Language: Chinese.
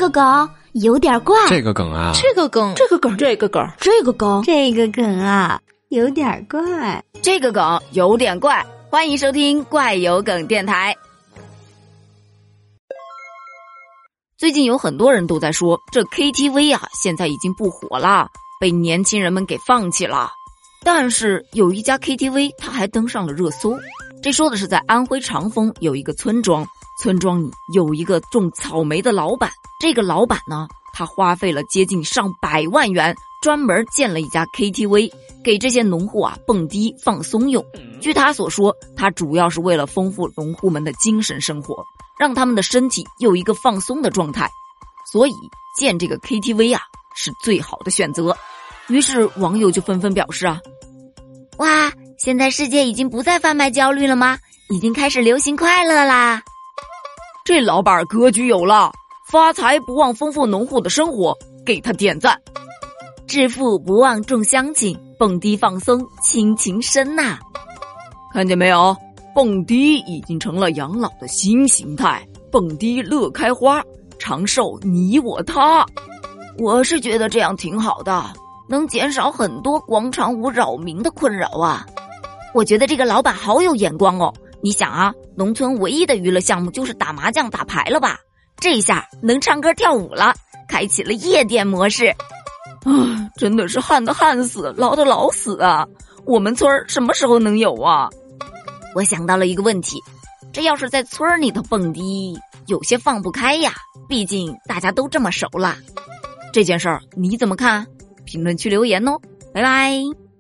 个梗有点怪， 这个梗啊， 这个梗啊，有点怪， 这个梗有点怪。欢迎收听怪有梗电台。最近有很多人都在说，这 KTV 啊，现在已经不火了，被年轻人们给放弃了。但是有一家 KTV 它还登上了热搜，这说的是在安徽长丰有一个村庄，村庄里有一个种草莓的老板，这个老板呢，他花费了接近上百万元，专门建了一家 KTV， 给这些农户啊蹦迪放松用。据他所说，他主要是为了丰富农户们的精神生活，让他们的身体有一个放松的状态，所以建这个 KTV 啊是最好的选择。于是网友就纷纷表示啊， 哇，现在世界已经不再贩卖焦虑了吗？已经开始流行快乐啦！ 这老板格局有了，发财不忘丰富农户的生活，给他点赞。 致富不忘重乡亲，蹦迪放松亲情深呐！ 看见没有，蹦迪已经成了养老的新形态，蹦迪乐开花，长寿你我他。我是觉得这样挺好的，能减少很多广场舞扰民的困扰啊。 我觉得这个老板好有眼光哦。你想啊，农村唯一的娱乐项目就是打麻将打牌了吧，这下能唱歌跳舞了，开启了夜店模式。 真的是旱的旱死，老的老死啊！我们村什么时候能有啊？ 我想到了一个问题，这要是在村里头蹦迪，有些放不开呀，毕竟大家都这么熟了。 这件事儿你怎么看？评论区留言哦，拜拜。